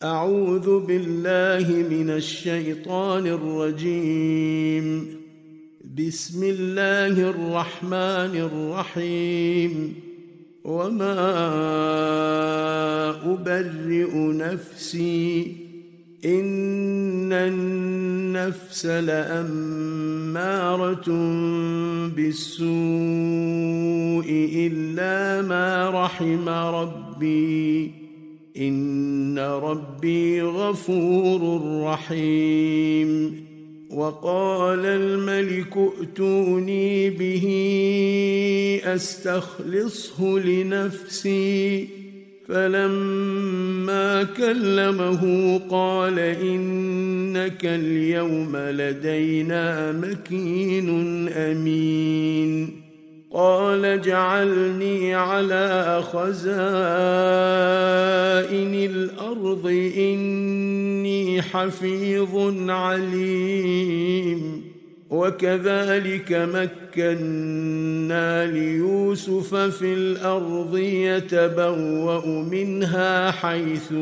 أعوذ بالله من الشيطان الرجيم. بسم الله الرحمن الرحيم. وما أبرئ نفسي إن النفس لأمارة بالسوء إلا ما رحم ربي إن ربي غفور رحيم. وقال الملك ائتوني به أستخلصه لنفسي فلما كلمه قال إنك اليوم لدينا مكين أمين. قال اجعلني على خزائن الأرض إني حفيظ عليم. وكذلك مكنا ليوسف في الأرض يتبوأ منها حيث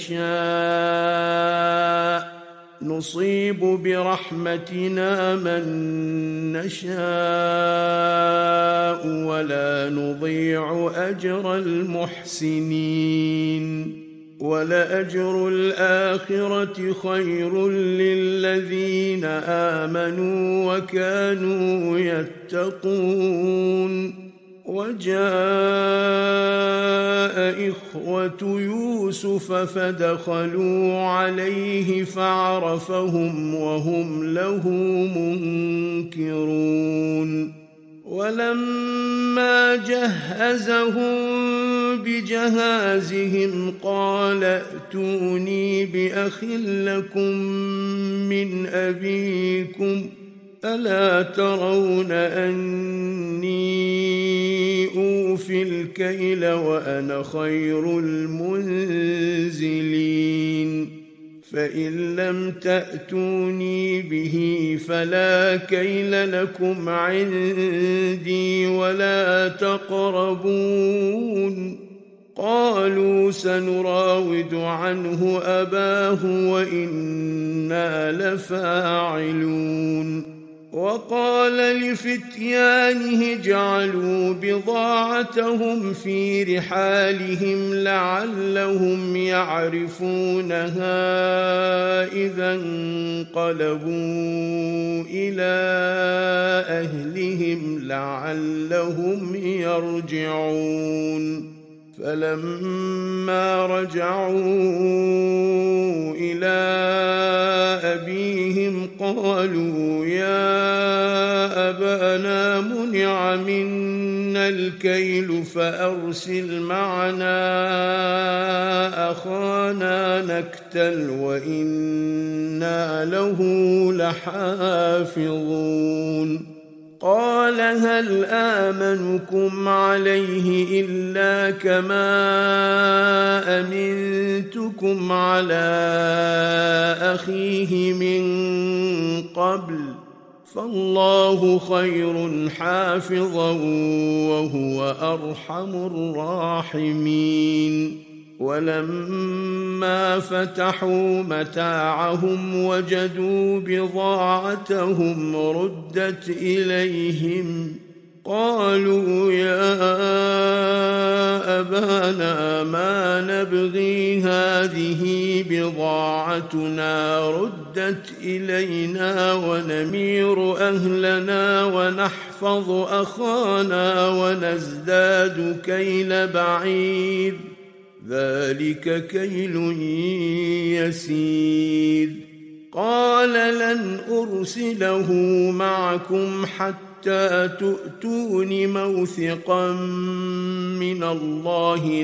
يشاء نصيب برحمتنا من نشاء ولا نضيع أجر المحسنين. ولأجر الآخرة خير للذين آمنوا وكانوا يتقون. وجاء إخوة يوسف فدخلوا عليه فعرفهم وهم له منكرون. ولما جهزهم بجهازهم قال ائتوني بأخ لكم من أبيكم ألا ترون أني أوفي الكيل وأنا خير المنزلين. فإن لم تأتوني به فلا كيل لكم عندي ولا تقربون. قالوا سنراود عنه أباه وإنا لفاعلون. وقال لفتيانه اجعلوا بضاعتهم في رحالهم لعلهم يعرفونها إذا انقلبوا إلى أهلهم لعلهم يرجعون. فلما رجعوا إلى أبيهم قالوا يا أبانا منع منا الكيل فأرسل معنا أخانا نكتل وإنا له لحافظون. قال هل آمنكم عليه إلا كما أمنتكم على أخيه من قبل فالله خير حافظا وهو أرحم الراحمين. ولما فتحوا متاعهم وجدوا بضاعتهم ردت إليهم قالوا يا أبانا ما نبغي هذه بضاعتنا ردت إلينا ونمير أهلنا ونحفظ أخانا ونزداد كيل بعير ذلك كيل يسير. قال لن أرسله معكم حتى تؤتون موثقا من الله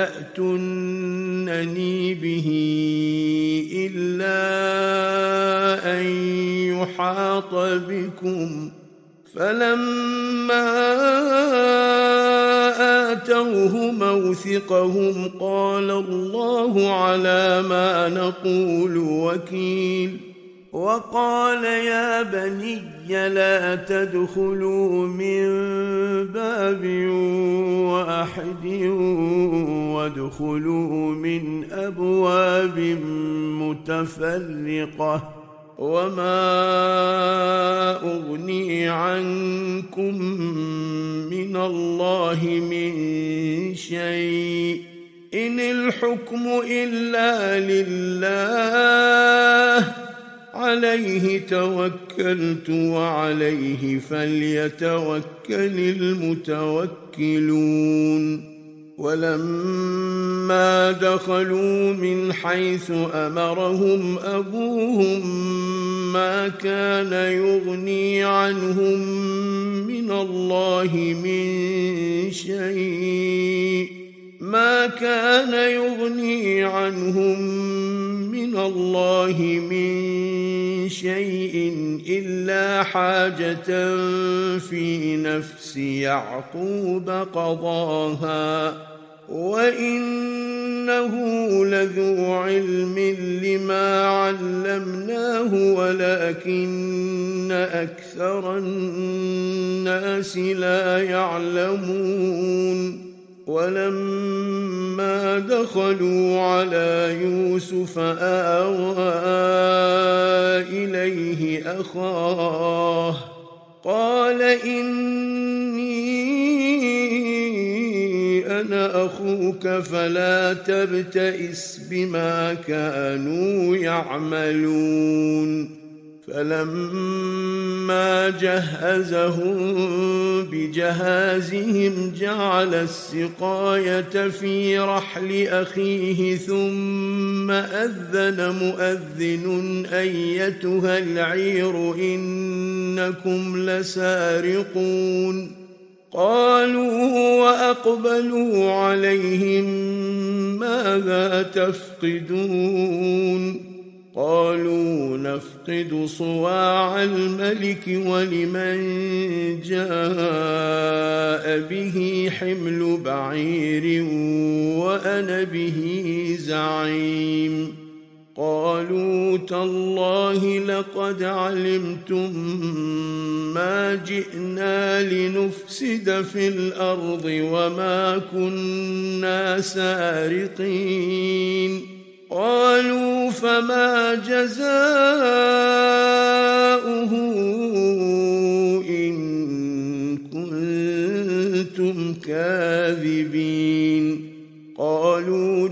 لتأتونني به إلا أن يحاط بكم. فلما آتوه موثقهم قال الله على ما نقول وكيل. وقال يا بني لا تدخلوا من باب واحد وادخلوا من أبواب متفرقة وما أغني عنكم من الله من شيء إن الحكم إلا لله عليه توكلت وعليه فليتوكل المتوكلون ولما دخلوا من حيث أمرهم أبوهم ما كان يغني عنهم من الله من شيء إلا حاجة في نفس يعقوب قضاها وإنه لذو علم لما علمناه ولكن أكثر الناس لا يعلمون ولما دخلوا على يوسف آوى إليه أخاه قال إني أنا أخوك فلا تبتئس بما كانوا يعملون فلما جهزهم بجهازهم جعل السقاية في رحل أخيه ثم أذن مؤذن أيتها العير إنكم لسارقون قالوا وأقبلوا عليهم ماذا تفقدون قالوا نفقد صواع الملك ولمن جاء به حمل بعير وأنا به زعيم قالوا تالله لقد علمتم ما جئنا لنفسد في الأرض وما كنا سارقين قالوا فما جزاؤه إن كنتم كاذبين قالوا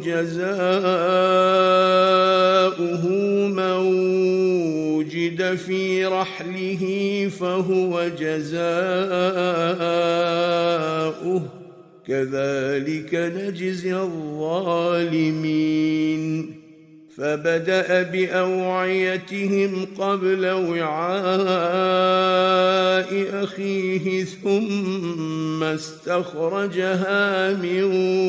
جزاؤه من وجد في رحله فهو جزاؤه كذلك نجزي الظالمين فبدأ بأوعيتهم قبل وعاء أخيه ثم استخرجها من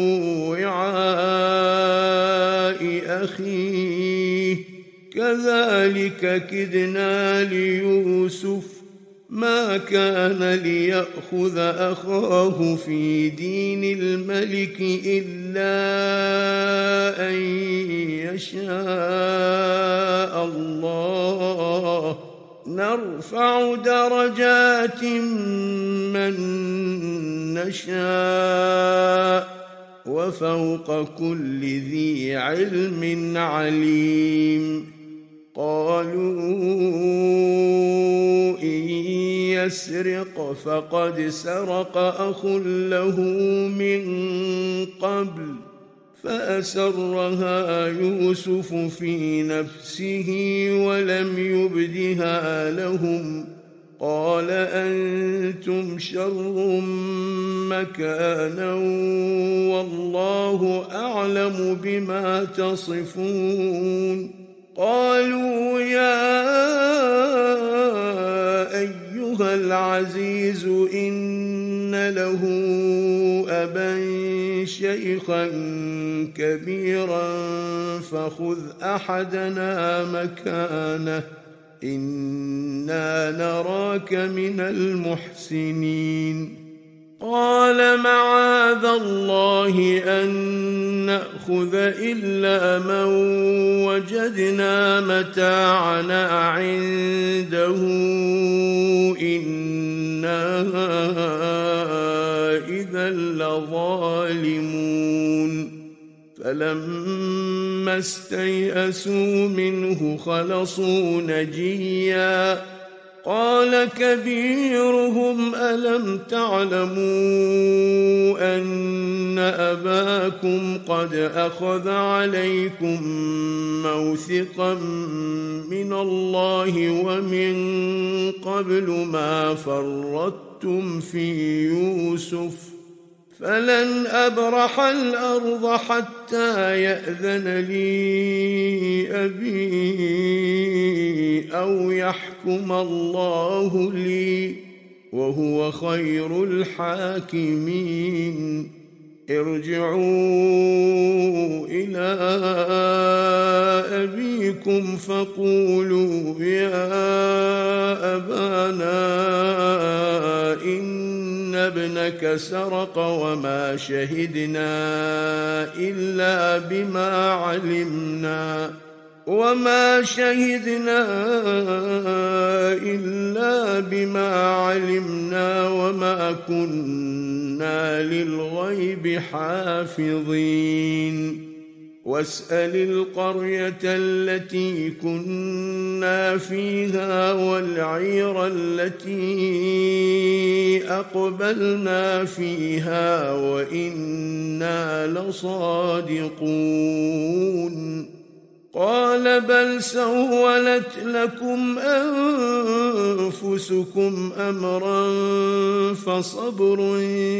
وعاء أخيه كذلك كدنا ليوسف ما كان ليأخذ أخاه في دين الملك إلا أن يشاء الله نرفع درجات من نشاء وفوق كل ذي علم عليم قالوا إن يسرق فقد سرق أخ له من قبل فأسرها يوسف في نفسه ولم يبدها لهم قال أنتم شر مكانا والله أعلم بما تصفون قالوا يا أيها العزيز إن له أبا شيخا كبيرا فخذ أحدنا مكانه إنا نراك من المحسنين قال معاذ الله أن نأخذ إلا من وجدنا متاعنا عنده إنا إذا لظالمون فلما استيئسوا منه خلصوا نجيا قال كبيرهم ألم تعلموا أن أباكم قد أخذ عليكم موثقا من الله ومن قبل ما فرطتم في يوسف فلن أبرح الأرض حتى يأذن لي أبي أو يحكم الله لي وهو خير الحاكمين ارجعوا إلى أبيكم فقولوا يا أبانا إن ابنك سرق وما شهدنا إلا بما علمنا وما كنا للغيب حافظين واسأل القرية التي كنا فيها والعير التي أقبلنا فيها وإنا لصادقون قال بل سولت لكم أنفسكم أمرا فصبر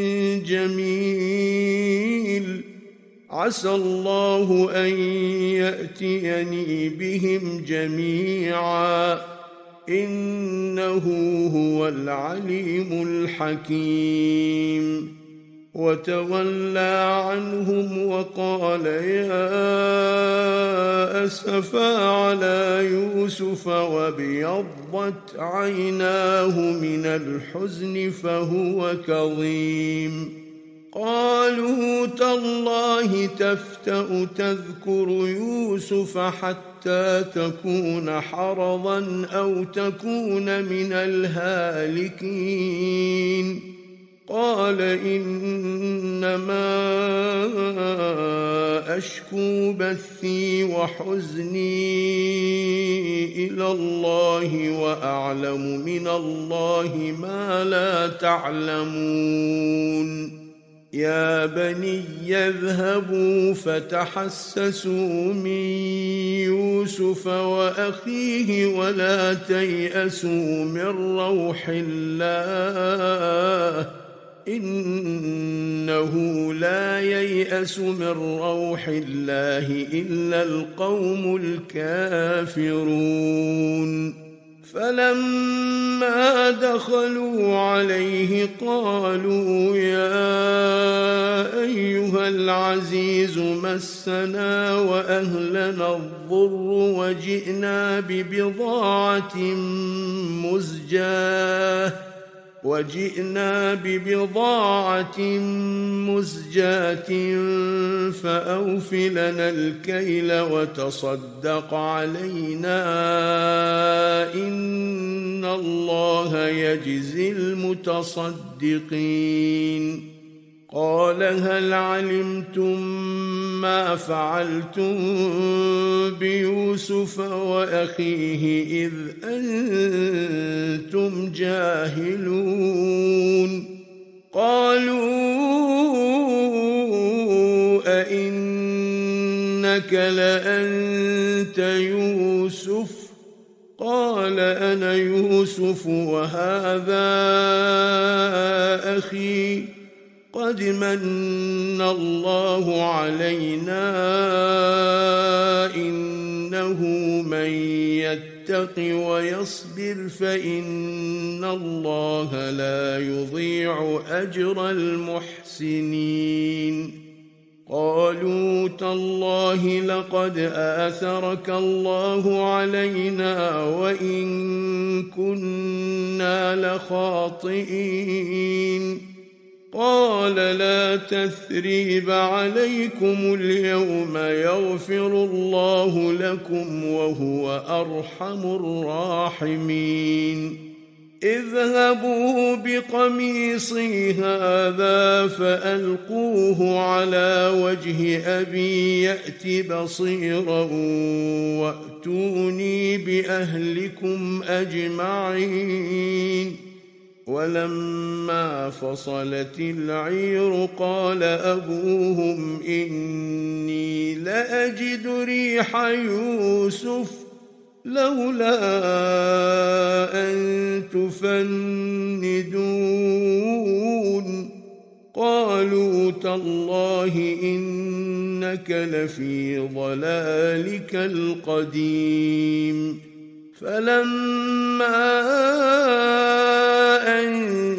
جميل عسى الله أن يأتيني بهم جميعا إنه هو العليم الحكيم وتولى عنهم وقال يا أسفا على يوسف وابيضت عيناه من الحزن فهو كظيم قالوا تالله تفتأ تذكر يوسف حتى تكون حرضا أو تكون من الهالكين قال إنما أشكو بثي وحزني إلى الله وأعلم من الله ما لا تعلمون يا بني اذهبوا فتحسسوا من يوسف وأخيه ولا تيأسوا من روح الله إنه لا ييأس من روح الله إلا القوم الكافرون فلما دخلوا عليه قالوا يا أيها العزيز مسنا وأهلنا الضر وجئنا ببضاعة مزجاة فأوف لنا الكيل وتصدق علينا إن الله يجزي المتصدقين قال هل علمتم ما فعلتم بيوسف وأخيه إذ أنتم جاهلون قالوا أئنك لأنت يوسف قال أنا يوسف وهذا أخي قد من الله علينا إنه من يتق ويصبر فإن الله لا يضيع أجر المحسنين قالوا تالله لقد آثرك الله علينا وإن كنا لخاطئين قال لا تثريب عليكم اليوم يغفر الله لكم وهو أرحم الراحمين اذهبوا بقميصي هذا فألقوه على وجه أبي يأت بصيرا وأتوني بأهلكم أجمعين ولما فصلت العير قال أبوهم إني لأجد ريح يوسف لولا أن تفندون قالوا تالله إنك لفي ضلالك القديم فلما أن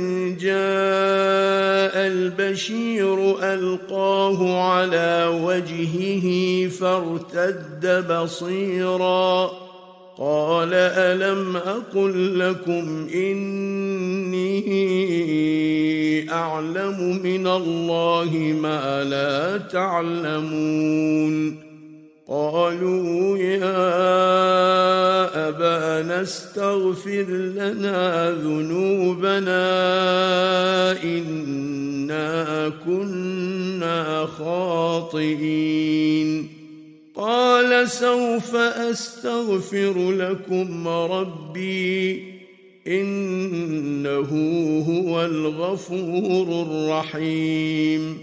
جاء البشير ألقاه على وجهه فارتد بصيرا قال ألم أقل لكم إني أعلم من الله ما لا تعلمون قالوا يا أبانا استغفر لنا ذنوبنا إنا كنا خاطئين قال سوف أستغفر لكم ربي إنه هو الغفور الرحيم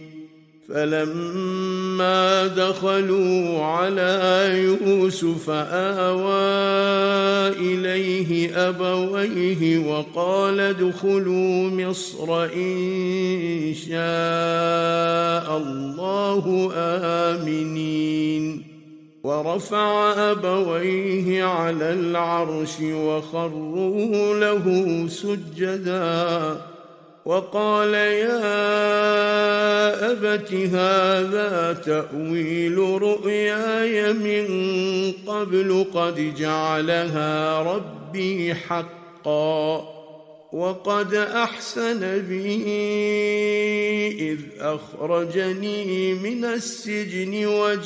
فلما دخلوا على يوسف آوى إليه أبويه وقال ادخلوا مصر إن شاء الله آمنين ورفع أبويه على العرش وخروا له سجدا وقال يا أبت هذا تأويل رؤياي من قبل قد جعلها ربي حقا وقد أحسن بي إذ أخرجني من السجن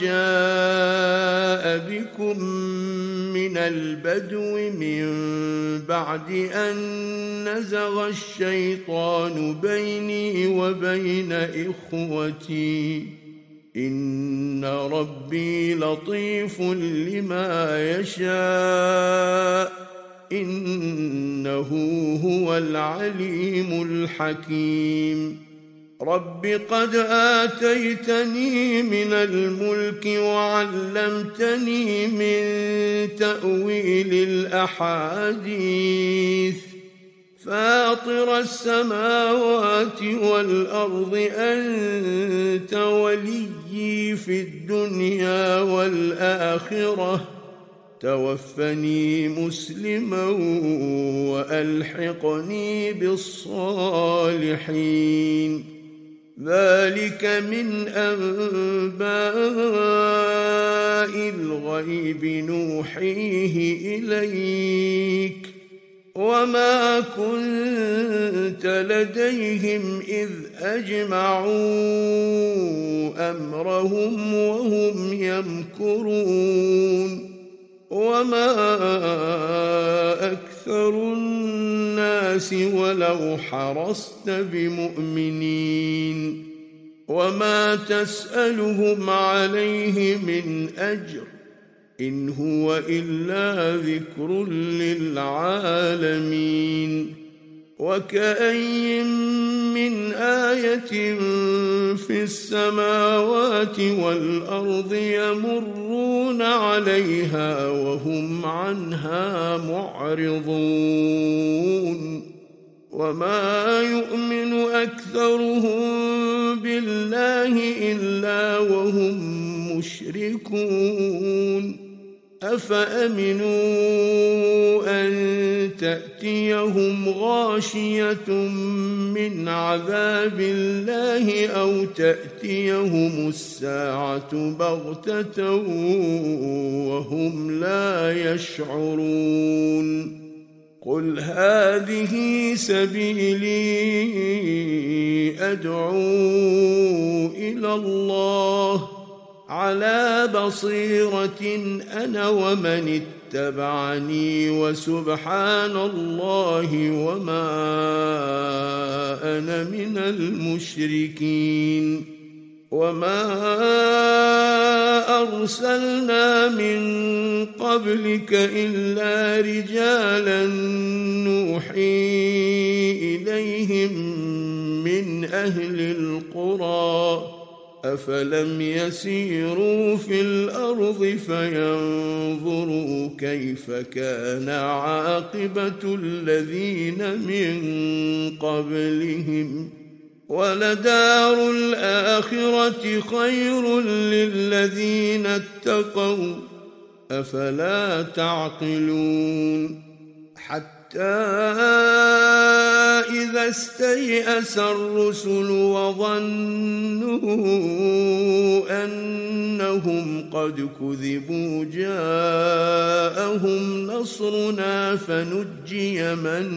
وجاء بكم من البدو من بعد أن نزغ الشيطان بيني وبين إخوتي إن ربي لطيف لما يشاء إنه هو العليم الحكيم رب قد آتيتني من الملك وعلمتني من تأويل الأحاديث فاطر السماوات والأرض أنت وليي في الدنيا والآخرة توفني مسلما وألحقني بالصالحين ذلك من أنباء الغيب نوحيه إليك وما كنت لديهم إذ أجمعوا أمرهم وهم يمكرون وما أكثر الناس ولو حرصت بمؤمنين وما تسألهم عليه من أجر إن هو إلا ذكر للعالمين وكأي من آية في السماوات والأرض يمرون عليها وهم عنها معرضون وما يؤمن أكثرهم بالله إلا وهم مشركون أفأمنوا أن تأتيهم غاشية من عذاب الله أو تأتيهم الساعة بغتة وهم لا يشعرون قل هذه سبيلي أدعو إلى الله على بصيرة أنا ومن اتبعني وسبحان الله وما أنا من المشركين وما أرسلنا من قبلك إلا رجالا نوحي إليهم من أهل القرى أفلم يسيروا في الأرض فينظروا كيف كان عاقبة الذين من قبلهم ولدار الآخرة خير للذين اتقوا أفلا تعقلون حتى إذا استيأس الرسل وظنوا أنهم قد كذبوا جاءهم نصرنا فنجي من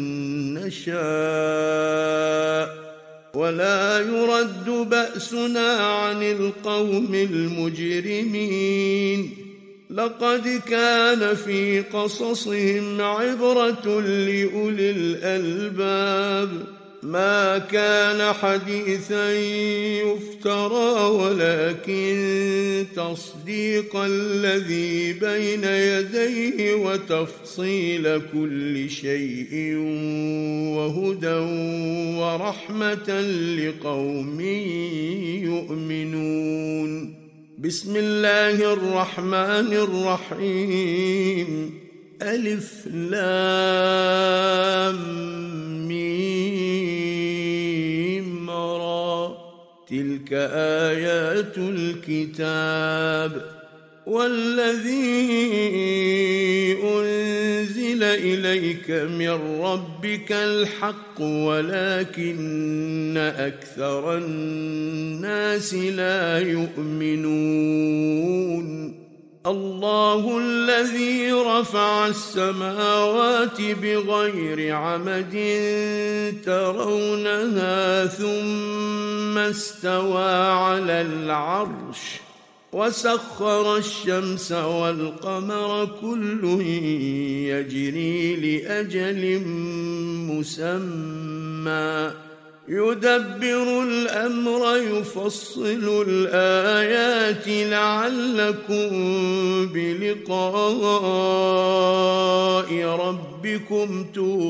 نشاء ولا يرد بأسنا عن القوم المجرمين لقد كان في قصصهم عبرة لأولي الألباب ما كان حديثا يفترى ولكن تصديق الذي بين يديه وتفصيل كل شيء وهدى ورحمة لقوم يؤمنون بسم الله الرحمن الرحيم ألف لام ميم را تلك آيات الكتاب والذي أنزل إليك من ربك الحق ولكن أكثر الناس لا يؤمنون الله الذي رفع السماوات بغير عمد ترونها ثم استوى على العرش وسخر الشمس والقمر كل يجري لأجل مسمى يدبر الأمر يفصل الآيات لعلكم بلقاء ربكم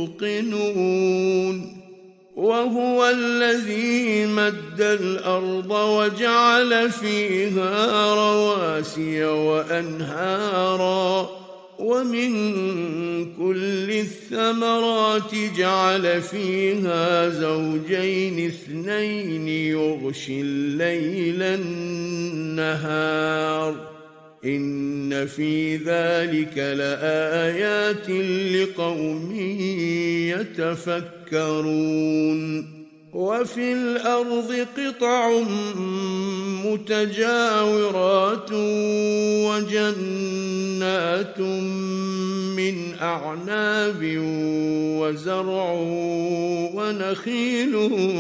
توقنون وهو الذي مد الأرض وجعل فيها رواسي وأنهارا ومن كل الثمرات جعل فيها زوجين اثنين يغشي الليل النهار إن في ذلك لآيات لقوم يتفكرون وفي الأرض قطع متجاورات وجنات من أعناب وزرع ونخيل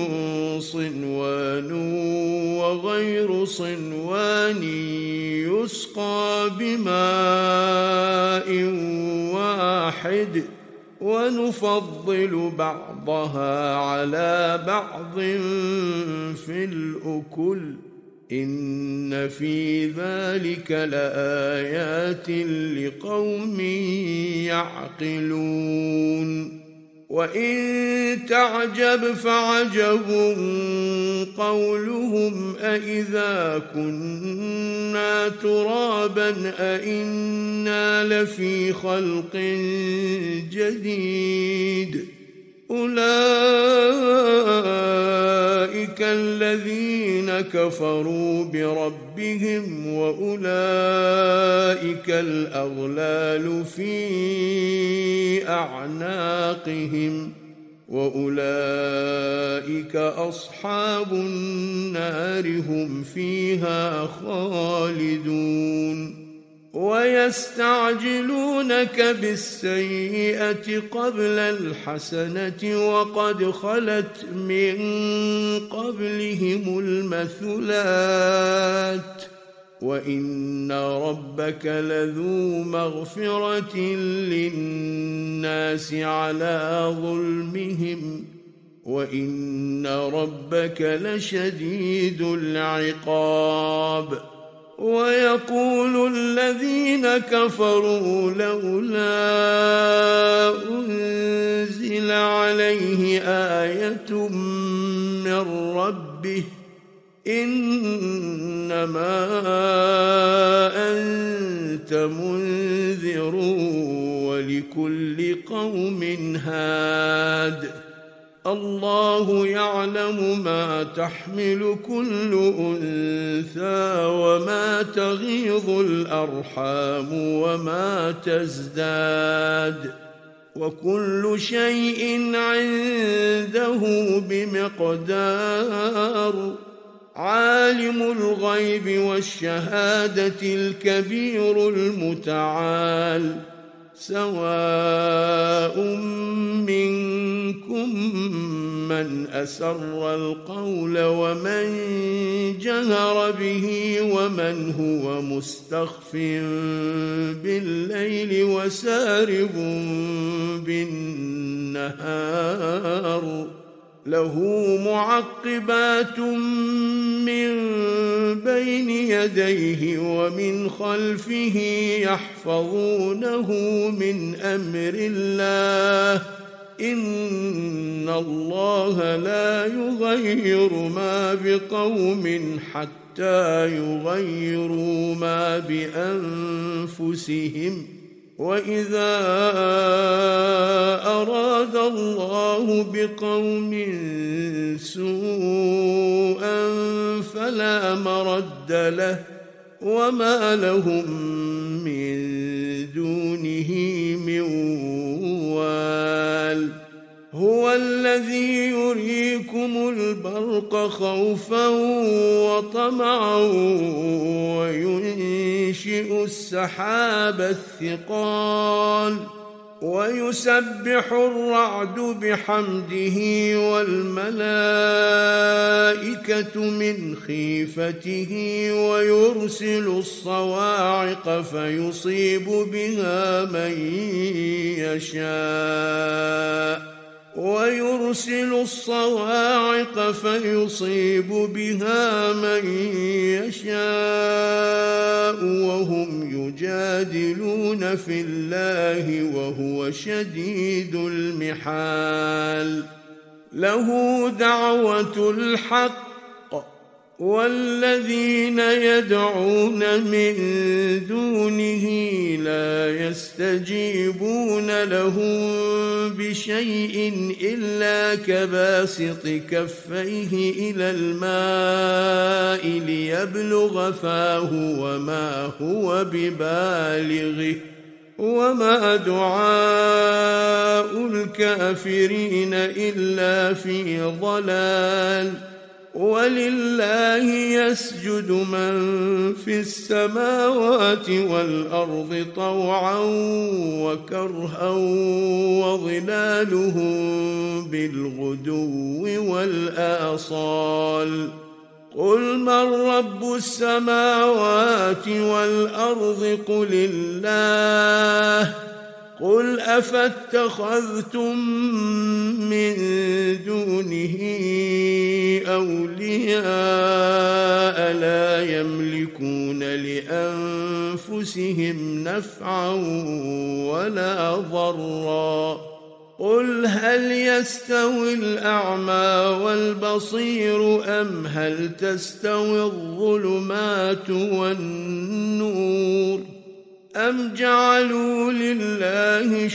صنوان وغير صنوان يسقى بماء واحد ونفضل بعضها على بعض في الأكل إن في ذلك لآيات لقوم يعقلون وإن تعجب فعجب قولهم أإذا كنا ترابا أإنا لفي خلق جديد أولئك الذين كفروا بربهم وأولئك الأغلال في أعناقهم وأولئك أصحاب النار هم فيها خالدون ويستعجلونك بالسيئة قبل الحسنة وقد خلت من قبلهم المثلات وإن ربك لذو مغفرة للناس على ظلمهم وإن ربك لشديد العقاب. ويقول الذين كفروا لولا أنزل عليه آية من ربه إنما أنت منذر ولكل قوم هاد الله يعلم ما تحمل كل أنثى وما تغيض الأرحام وما تزداد وكل شيء عنده بمقدار. عالم الغيب والشهادة الكبير المتعال سواء منكم من أسر القول ومن جهر به ومن هو مستخف بالليل وسارب بالنهار له معقبات من بين يديه ومن خلفه يحفظونه من أمر الله إن الله لا يغير ما بقوم حتى يغيروا ما بأنفسهم وإذا أراد الله بقوم سوءا فلا مرد له وما لهم من دونه من وال. هو الذي يريكم البرق خوفا وطمعا وينشئ السحاب الثقال ويسبح الرعد بحمده والملائكة من خيفته ويرسل الصواعق فيصيب بها من يشاء وهم يجادلون في الله وهو شديد المحال. له دعوة الحق والذين يدعون من دونه لا يستجيبون لهم بشيء إلا كباسط كفيه إلى الماء ليبلغ فاه وما هو ببالغه وما دعاء الكافرين إلا في ضلال. ولله يسجد من في السماوات والأرض طوعا وكرها وظلالهم بالغدو والآصال. قل من رب السماوات والأرض قل الله. قل أفاتخذتم من دونه أولياء لا يملكون لأنفسهم نفعا ولا ضرا. قل هل يستوي الأعمى والبصير أم هل تستوي الظلمات والنور أم جعلوا لله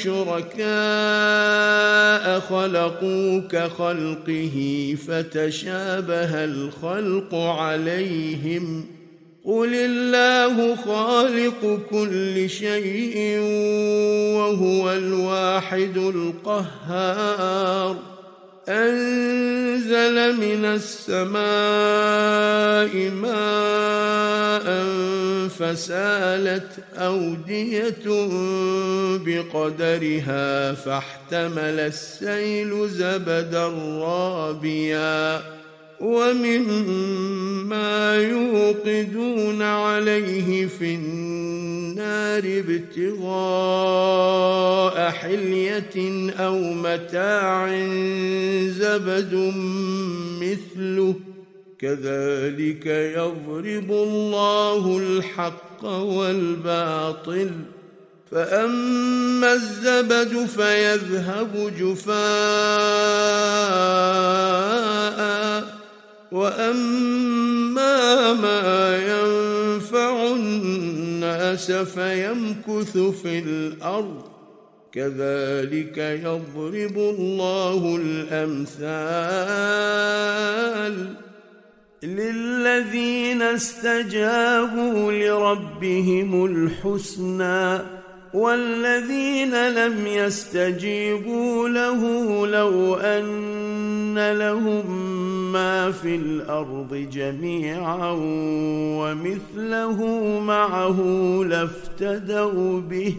شركاء خلقوا كخلقه فتشابه الخلق عليهم. قل الله خالق كل شيء وهو الواحد القهار. أنزل من السماء ماء فسالت أودية بقدرها فاحتمل السيل زبدا رابيا ومما يوقدون عليه في النار ابتغاء حلية أو متاع زبد مثله كذلك يضرب الله الحق والباطل فأما الزبد فيذهب جفاء وأما ما ينفع الناس فيمكث في الأرض كذلك يضرب الله الأمثال للذين استجابوا لربهم الحسنى والذين لم يستجيبوا له لو أن لهم ما في الأرض جميعا ومثله معه لافتدوا به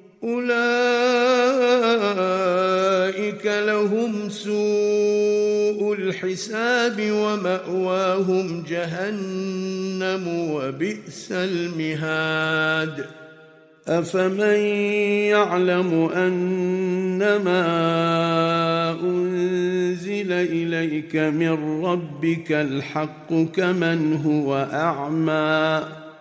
أولئك لهم سوء الحساب ومأواهم جهنم وبئس المهاد أفمن يعلم أنما أنزل إليك من ربك الحق كمن هو أعمى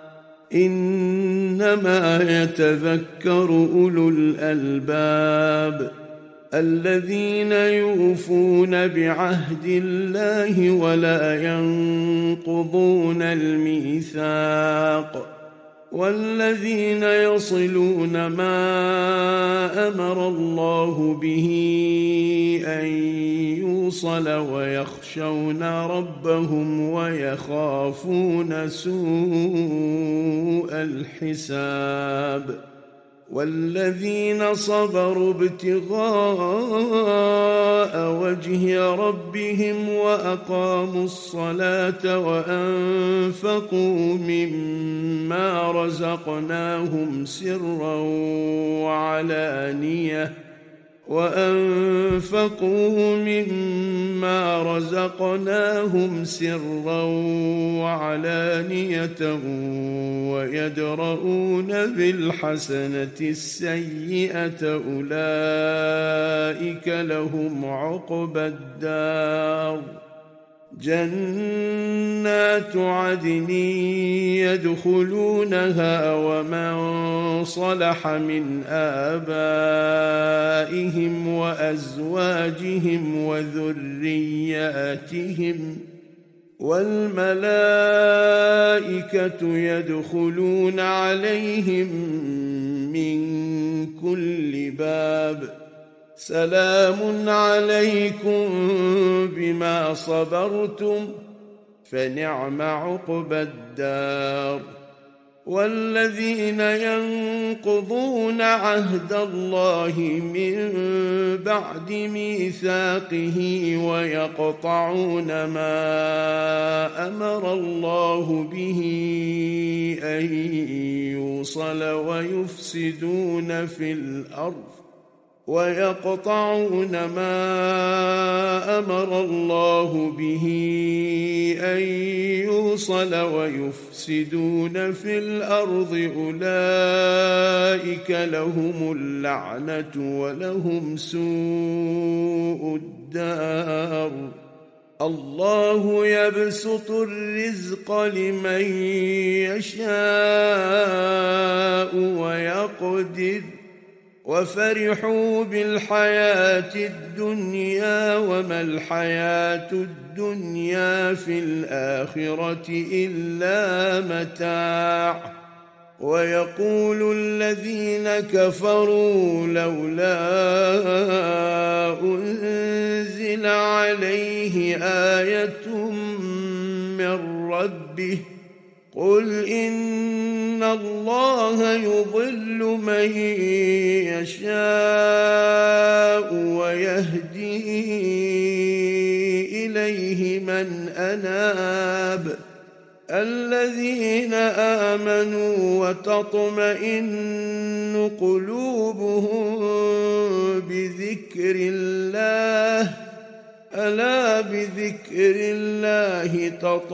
إنما يتذكر أولو الألباب الذين يوفون بعهد الله ولا ينقضون الميثاق والذين يصلون ما أمر الله به أن يوصل ويخشون ربهم ويخافون سوء الحساب والذين صبروا ابتغاء وجه ربهم وأقاموا الصلاة وأنفقوا مما رزقناهم سرا وعلانية ويدرؤون بالحسنة السيئة أولئك لهم عقبى الدار جنات عدن يدخلونها ومن صلح من آبائهم وأزواجهم وذرياتهم والملائكة يدخلون عليهم من كل باب سلام عليكم بما صبرتم فنعم عقبى الدار والذين ينقضون عهد الله من بعد ميثاقه ويقطعون ما أمر الله به أن يوصل ويفسدون في الأرض أولئك لهم اللعنة ولهم سوء الدار الله يبسط الرزق لمن يشاء ويقدر وفرحوا بالحياة الدنيا وما الحياة الدنيا في الآخرة إلا متاع ويقول الذين كفروا لولا أنزل عليه آية من ربه قل إن الله يضل من يشاء ويهدي إليه من أناب الذين آمنوا وتطمئن قلوبهم بذكر الله ألا بذكر الله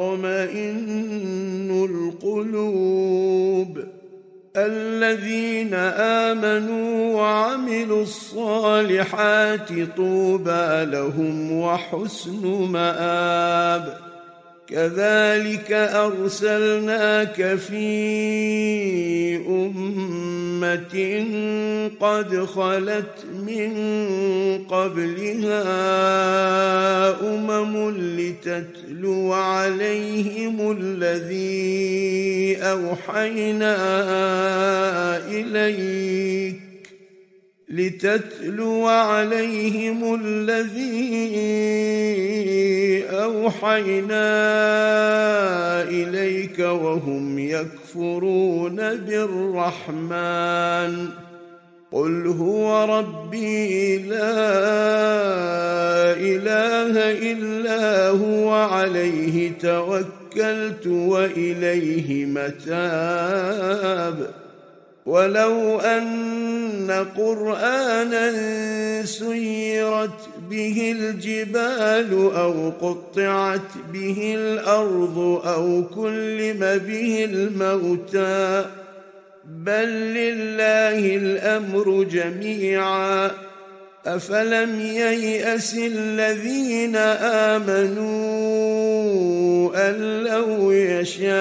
تطمئن القلوب الذين آمنوا وعملوا الصالحات طوبى لهم وحسن مآب كذلك أرسلناك في أمة قد خلت من قبلها لتتلو عليهم الذي أوحينا إليك وهم يكفرون بالرحمن قل هو ربي لا إله إلا هو عليه توكلت وإليه متاب ولو أن قرآنا سيرت به الجبال أو قطعت به الأرض أو كلم به الموتى بل لله الأمر جميعا أفلم ييأس الذين آمنوا أن لو يشاء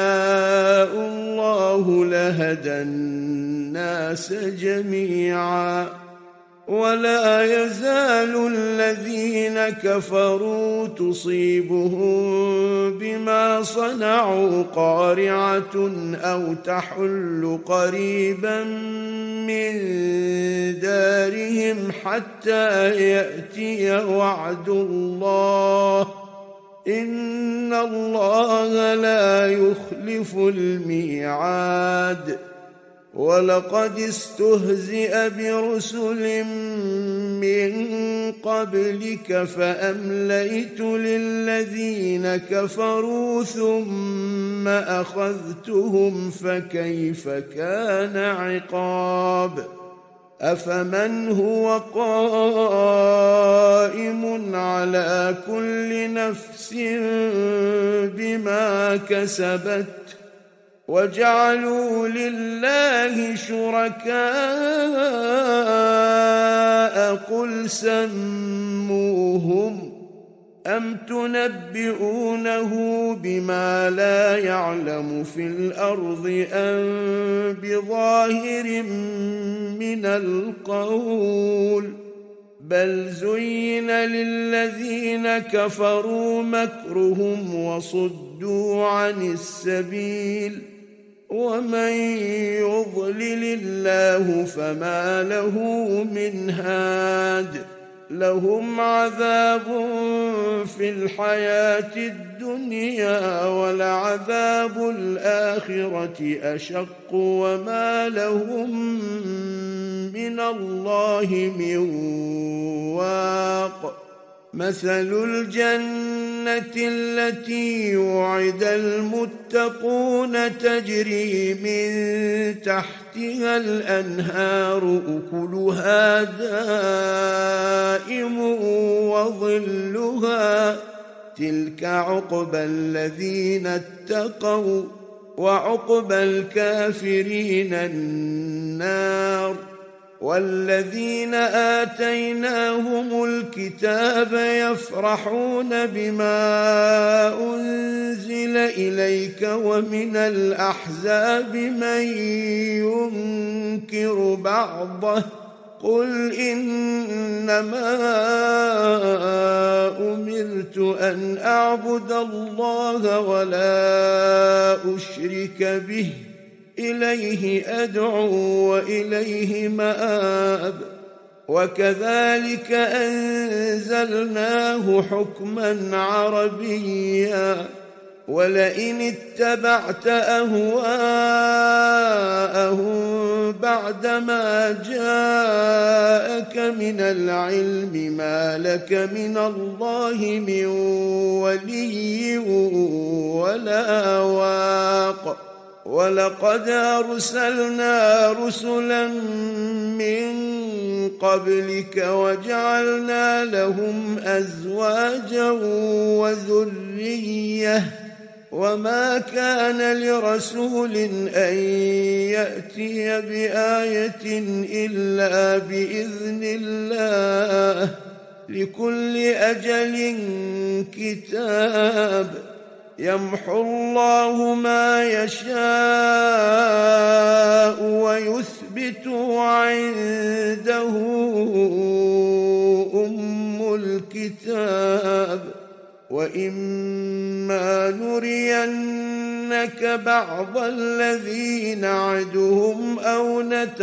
الله لهدى الناس جميعا ولا يزال الذين كفروا تصيبهم بما صنعوا قارعة أو تحل قريبا من دارهم حتى يأتي وعد الله إن الله لا يخلف الميعاد ولقد استهزئ برسل من قبلك فأمليت للذين كفروا ثم أخذتهم فكيف كان عقاب أفمن هو قائم على كل نفس بما كسبت وجعلوا لله شركاء قل سموهم أم تنبئونه بما لا يعلم في الأرض أم بظاهر من القول بل زين للذين كفروا مكرهم وصدوا عن السبيل ومن يضلل الله فما له من هاد لهم عذاب في الحياة الدنيا ولعذاب الآخرة أشق وما لهم من الله من واق مثل الجنة التي وعد المتقون تجري من تحتها الأنهار أكلها دائم وظلها تلك عقبى الذين اتقوا وعقبى الكافرين النار والذين آتيناهم الكتاب يفرحون بما أنزل إليك ومن الأحزاب من ينكر بعضه قل إنما أمرت أن أعبد الله ولا أشرك به إليه أدعو وإليه مآب وكذلك أنزلناه حكما عربيا ولئن اتبعت أهواءهم بعدما جاءك من العلم ما لك من الله من ولي ولا واق. ولقد أرسلنا رسلا من قبلك وجعلنا لهم أزواجا وذرية، وما كان لرسول أن يأتي بآية إلا بإذن الله، لكل أجل كتاب. يمحو الله ما يشاء ويثبت عنده أم الكتاب. وإما نرينك بعض الذي نعدهم أو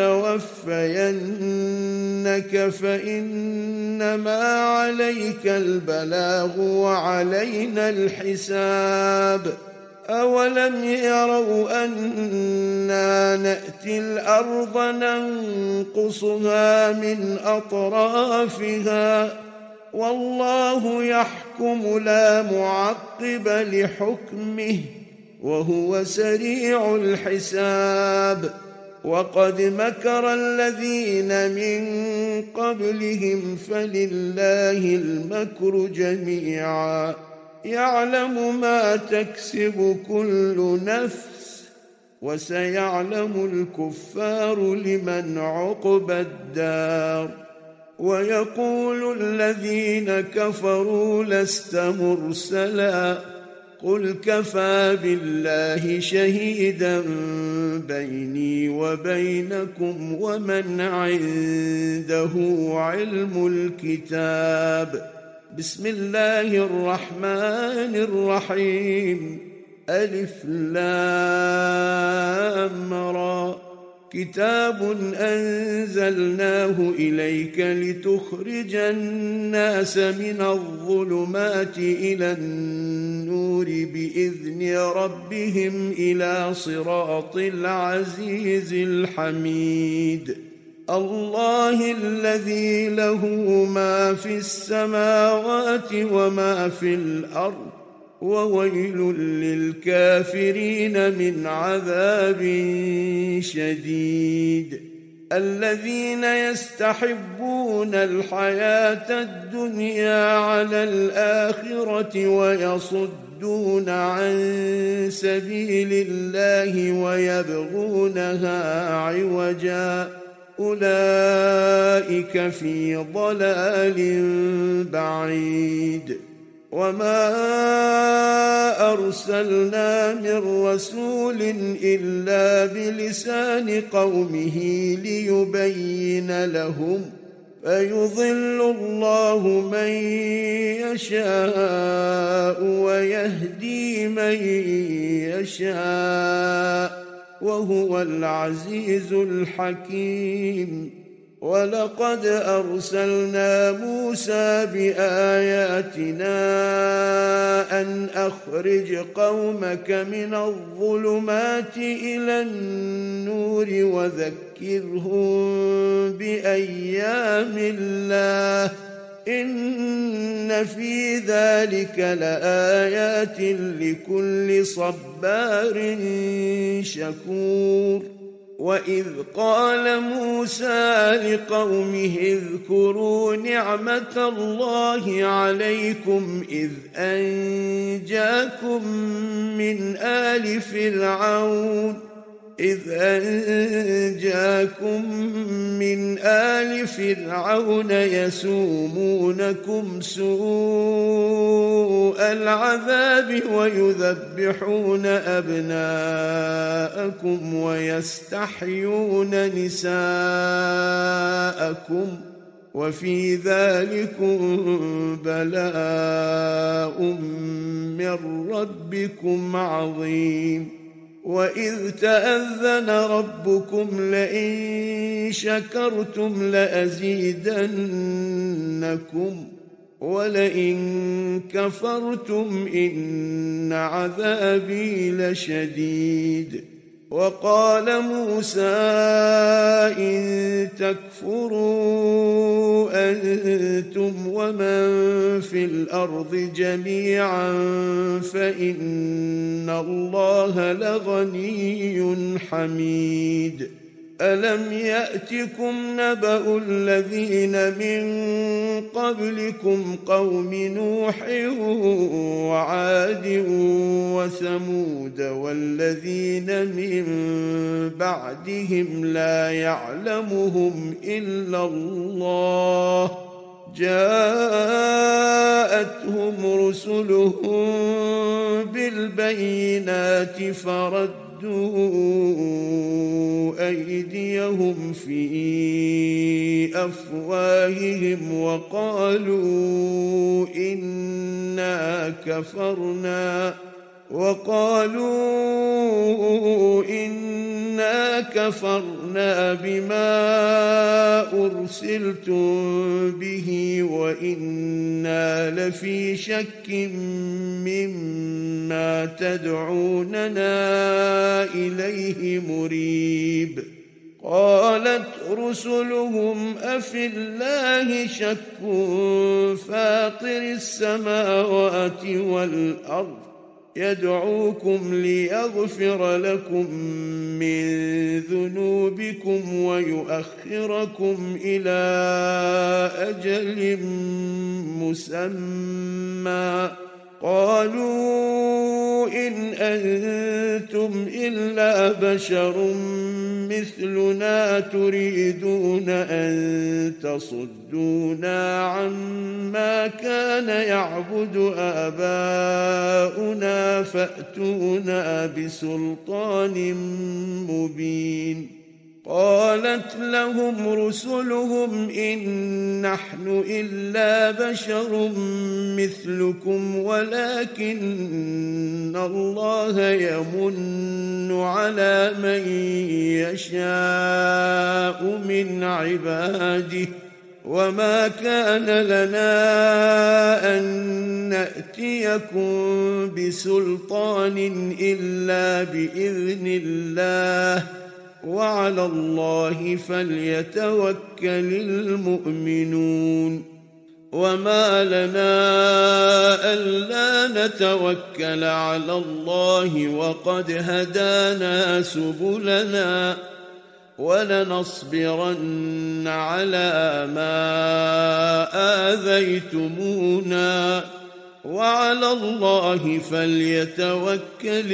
نتوفينك فإنما عليك البلاغ وعلينا الحساب. أولم يروا أنا نأتي الأرض ننقصها من أطرافها والله يحكم لا معقب لحكمه وهو سريع الحساب. وقد مكر الذين من قبلهم فلله المكر جميعا يعلم ما تكسب كل نفس وسيعلم الكفار لمن عقبى الدار. ويقول الذين كفروا لست مرسلا قل كفى بالله شهيدا بيني وبينكم ومن عنده علم الكتاب. بسم الله الرحمن الرحيم. ألف لام را كتاب أنزلناه إليك لتخرج الناس من الظلمات إلى النور بإذن ربهم إلى صراط العزيز الحميد. الله الذي له ما في السماوات وما في الأرض وويل للكافرين من عذاب شديد. الذين يستحبون الحياة الدنيا على الآخرة ويصدون عن سبيل الله ويبغونها عوجا أولئك في ضلال بعيد. وما أرسلنا من رسول إلا بلسان قومه ليبين لهم فيضل الله من يشاء ويهدي من يشاء وهو العزيز الحكيم. ولقد أرسلنا موسى بآياتنا أن أخرج قومك من الظلمات إلى النور وذكرهم بأيام الله إن في ذلك لآيات لكل صبار شكور. وإذ قال موسى لقومه اذكروا نعمة الله عليكم إذ أنجاكم من آل فرعون يسومونكم سوء العذاب ويذبحون أبناءكم ويستحيون نساءكم وفي ذلكم بلاء من ربكم عظيم. وإذ تأذن ربكم لئن شكرتم لأزيدنكم ولئن كفرتم إن عذابي لشديد. وقال موسى إن تكفروا أنتم ومن في الأرض جميعا فإن الله لغني حميد. ألم يأتكم نبأ الذين من قبلكم قوم نوح وعاد وثمود والذين من بعدهم لا يعلمهم إلا الله جاءتهم رسلهم بالبينات فردوا أيديهم في أفواههم وقالوا إنا كفرنا بما أرسلتم به وإنا لفي شك مما تدعوننا إليه مريب. قالت رسلهم أفي الله شك فاطر السماوات والأرض يدعوكم ليغفر لكم من ذنوبكم ويؤخركم إلى أجل مسمى قالوا إن أنتم إلا بشر مثلنا تريدون أن تصدونا عما كان يعبد آباؤنا فأتونا بسلطان مبين. قالت لهم رسلهم إن نحن إلا بشر مثلكم ولكن الله يمن على من يشاء من عباده وما كان لنا أن نأتيكم بسلطان إلا بإذن الله وعلى الله فليتوكل المؤمنون. وما لنا ألا نتوكل على الله وقد هدانا سبلنا ولنصبرن على ما آذيتمونا وعلى الله فليتوكل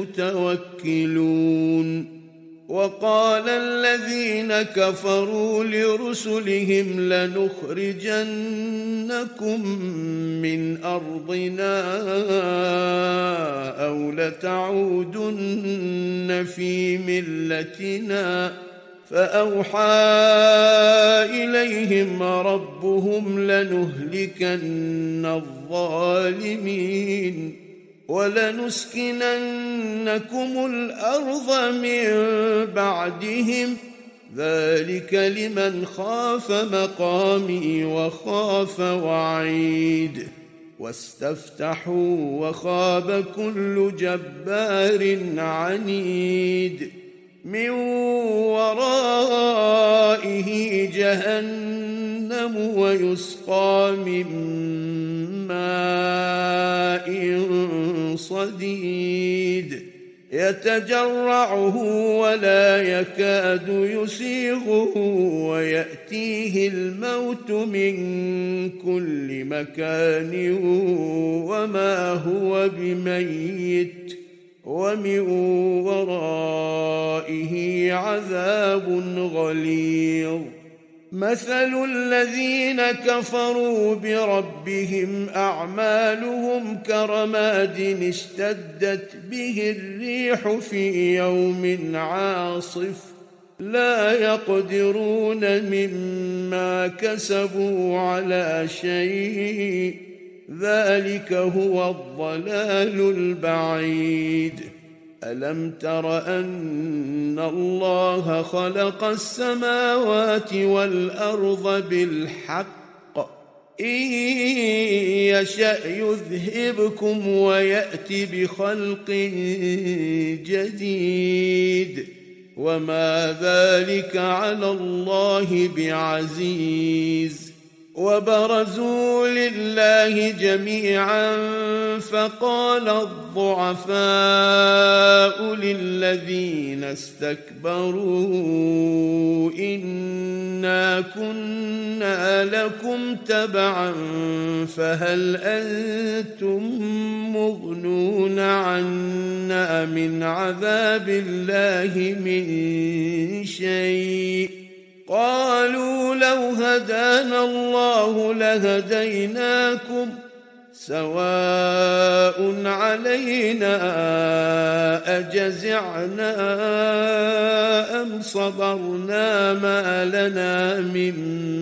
المتوكلون. وقال الذين كفروا لرسلهم لنخرجنكم من أرضنا أو لتعودن في ملتنا فأوحى إليهم ربهم لنهلكن الظالمين ولنسكننكم الأرض من بعدهم ذلك لمن خاف مقامي وخاف وعيد. واستفتحوا وخاب كل جبار عنيد من ورائه جهنم ويسقى من ماء صديد يتجرعه ولا يكاد يسيغه ويأتيه الموت من كل مكان وما هو بميت ومن ورائه عذاب غليظ. مثل الذين كفروا بربهم أعمالهم كرماد اشتدت به الريح في يوم عاصف لا يقدرون مما كسبوا على شيء ذلك هو الضلال البعيد. ألم تر أن الله خلق السماوات والأرض بالحق إن يشأ يذهبكم ويأت بخلق جديد وما ذلك على الله بعزيز. وبرزوا لله جميعا فقال الضعفاء للذين استكبروا إنا كنا لكم تبعا فهل أنتم مغنون عنا من عذاب الله من شيء؟ قالوا لو هدانا الله لهديناكم سواء علينا أجزعنا أم صبرنا ما لنا من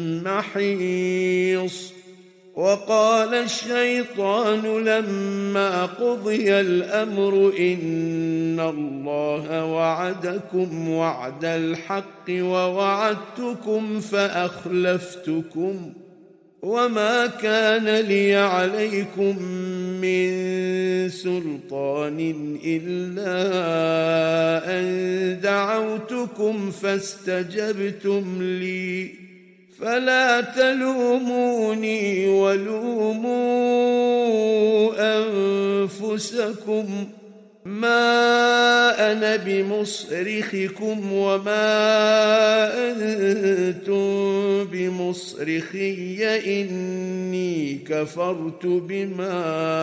محيص. وقال الشيطان لما قضي الأمر إن الله وعدكم وعد الحق ووعدتكم فأخلفتكم وما كان لي عليكم من سلطان إلا أن دعوتكم فاستجبتم لي فلا تلوموني ولوموا أنفسكم ما أنا بمصرخكم وما أنتم بمصرخي إني كفرت بما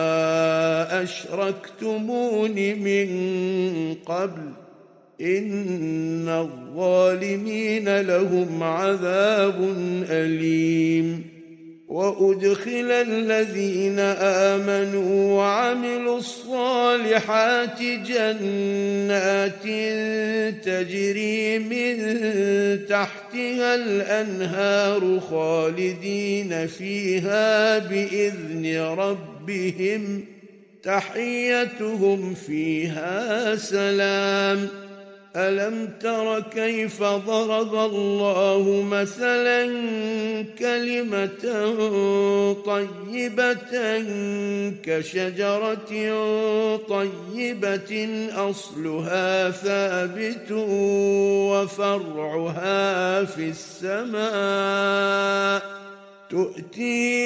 أشركتمون من قبل إن الظالمين لهم عذاب أليم. وأدخل الذين آمنوا وعملوا الصالحات جنات تجري من تحتها الأنهار خالدين فيها بإذن ربهم تحيتهم فيها سلام. ألم تر كيف ضرب الله مثلا كلمة طيبة كشجرة طيبة أصلها ثابت وفرعها في السماء تؤتي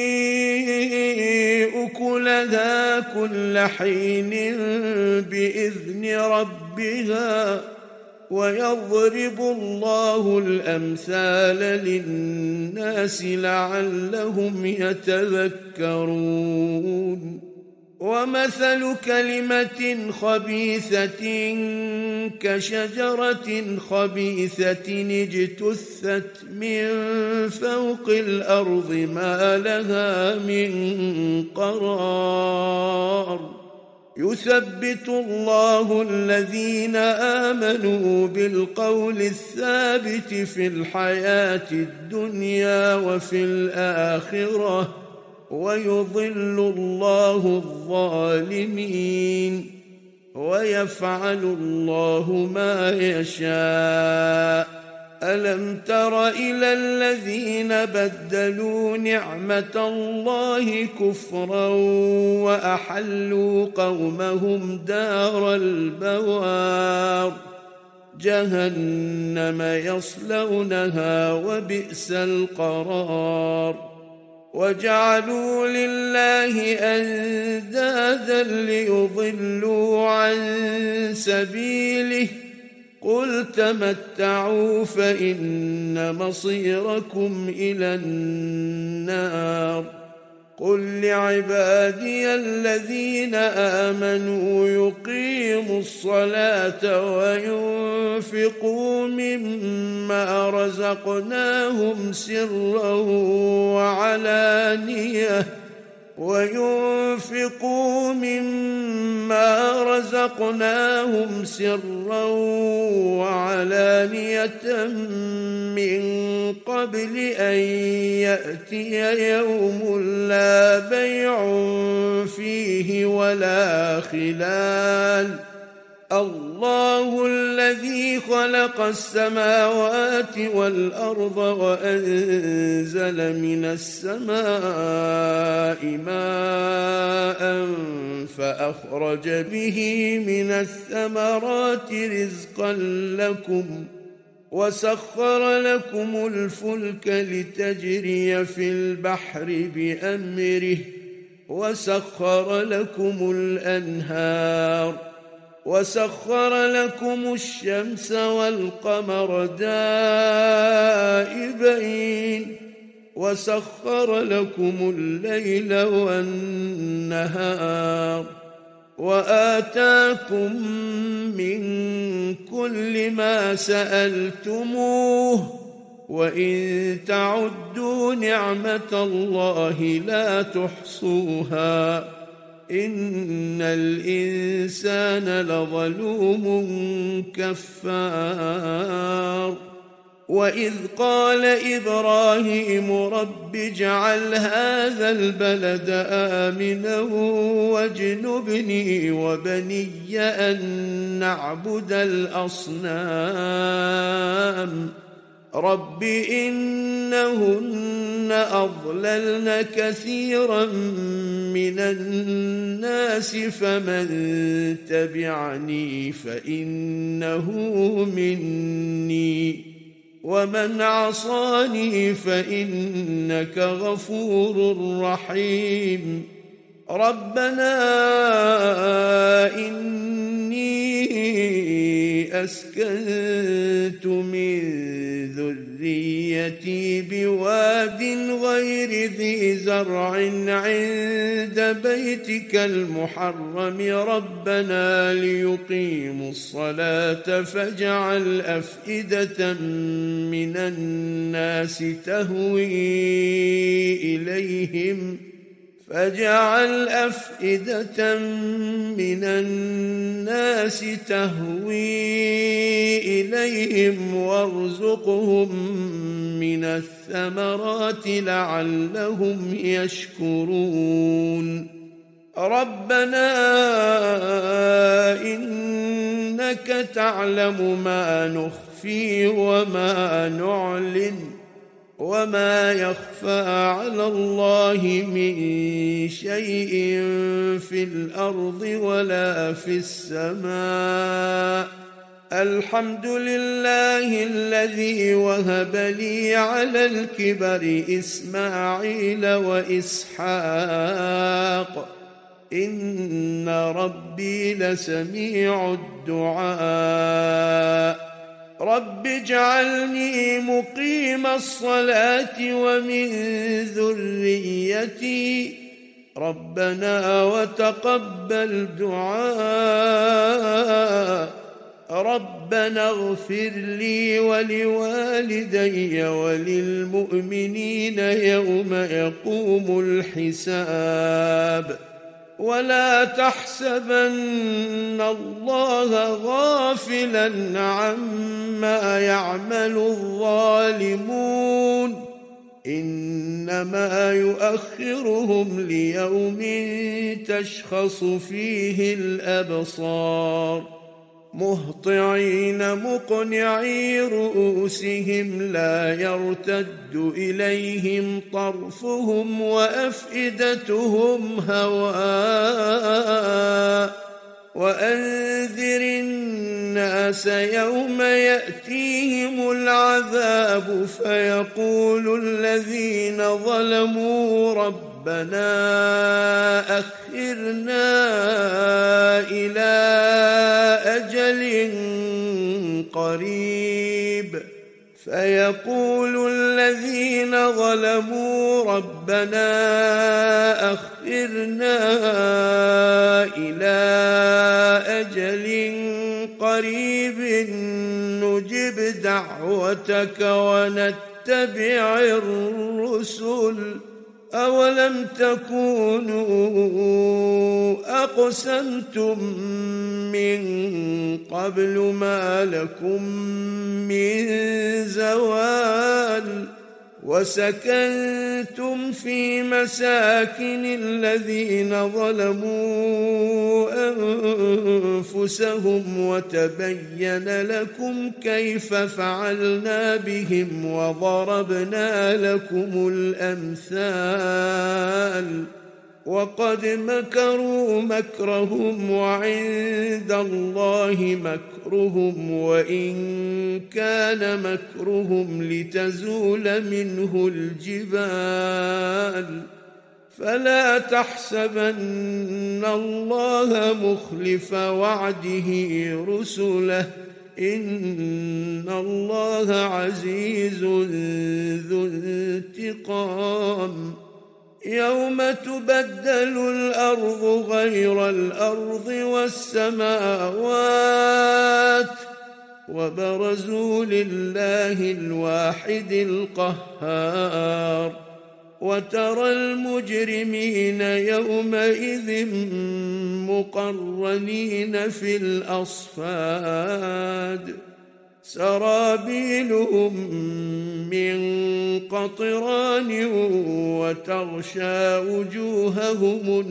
أكلها كل حين بإذن ربها ويضرب الله الأمثال للناس لعلهم يتذكرون. ومثل كلمة خبيثة كشجرة خبيثة اجتثت من فوق الأرض ما لها من قرار. يثبت الله الذين آمنوا بالقول الثابت في الحياة الدنيا وفي الآخرة ويضل الله الظالمين ويفعل الله ما يشاء. ألم تر إلى الذين بدلوا نعمة الله كفرا وأحلوا قومهم دار البوار جهنم يصلونها وبئس القرار. وجعلوا لله أندادا ليضلوا عن سبيله قل تمتعوا فإن مصيركم إلى النار. قل لعبادي الذين آمنوا يقيموا الصلاة وينفقوا مما رزقناهم سرا وعلانية من قبل أن يأتي يوم لا بيع فيه ولا خلال الله الذي خلق السماوات والأرض وأنزل من السماء ماء فأخرج به من الثمرات رزقا لكم وسخر لكم الفلك لتجري في البحر بأمره وسخر لكم الأنهار وسخر لكم الشمس والقمر دائبين وسخر لكم الليل والنهار وآتاكم من كل ما سألتموه وإن تعدوا نعمة الله لا تحصوها إن الإنسان لظلوم كفار وإذ قال إبراهيم رب اجعل هذا البلد آمنا واجنبني وبني أن نعبد الأصنام رب إنهن أضللن كثيرا من الناس فمن تبعني فإنه مني ومن عصاني فإنك غفور رحيم ربنا إني أسكنت من ذريتي بواد غير ذي زرع عند بيتك المحرم ربنا ليقيموا الصلاة فاجعل أفئدة من الناس تهوي إليهم وارزقهم من الثمرات لعلهم يشكرون ربنا إنك تعلم ما نخفي وما نعلن وما يخفى على الله من شيء في الأرض ولا في السماء الحمد لله الذي وهب لي على الكبر إسماعيل وإسحاق إن ربي لسميع الدعاء رب اجعلني مقيم الصلاة ومن ذريتي ربنا وتقبل دعاء ربنا اغفر لي ولوالدي وللمؤمنين يوم يقوم الحساب ولا تحسبن الله غافلا عما يعمل الظالمون إنما يؤخرهم ليوم تشخص فيه الأبصار مهطعين مقنعي رؤوسهم لا يرتد إليهم طرفهم وأفئدتهم هواء وأنذر الناس يوم يأتيهم العذاب فيقول الذين ظلموا ربنا أخرنا إلى أجل قريب فيقول الذين ظلموا ربنا أخرنا إلى أجل قريب نجب دعوتك ونتبع الرسل أولم تكونوا أقسمتم من قبل ما لكم من زوال وسكنتم في مساكن الذين ظلموا أنفسهم وتبين لكم كيف فعلنا بهم وضربنا لكم الأمثال وقد مكروا مكرهم وعند الله مكرهم وإن كان مكرهم لتزول منه الجبال فلا تحسبن الله مخلف وعده رسله إن الله عزيز ذو انتقام يوم تبدل الأرض غير الأرض والسماوات وبرزوا لله الواحد القهار وترى المجرمين يومئذ مقرنين في الأصفاد سرابيلهم من قطران وتغشى وجوههم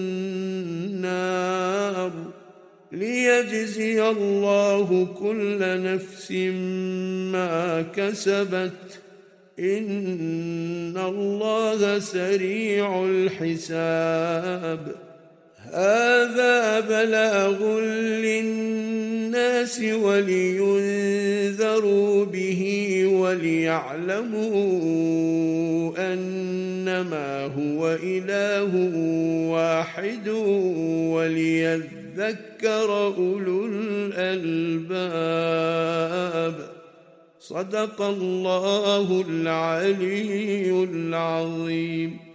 النار ليجزي الله كل نفس ما كسبت إن الله سريع الحساب هذا بلاغ للناس ولينذروا به وليعلموا أنما هو إله واحد وليذكر أولو الألباب صدق الله العلي العظيم.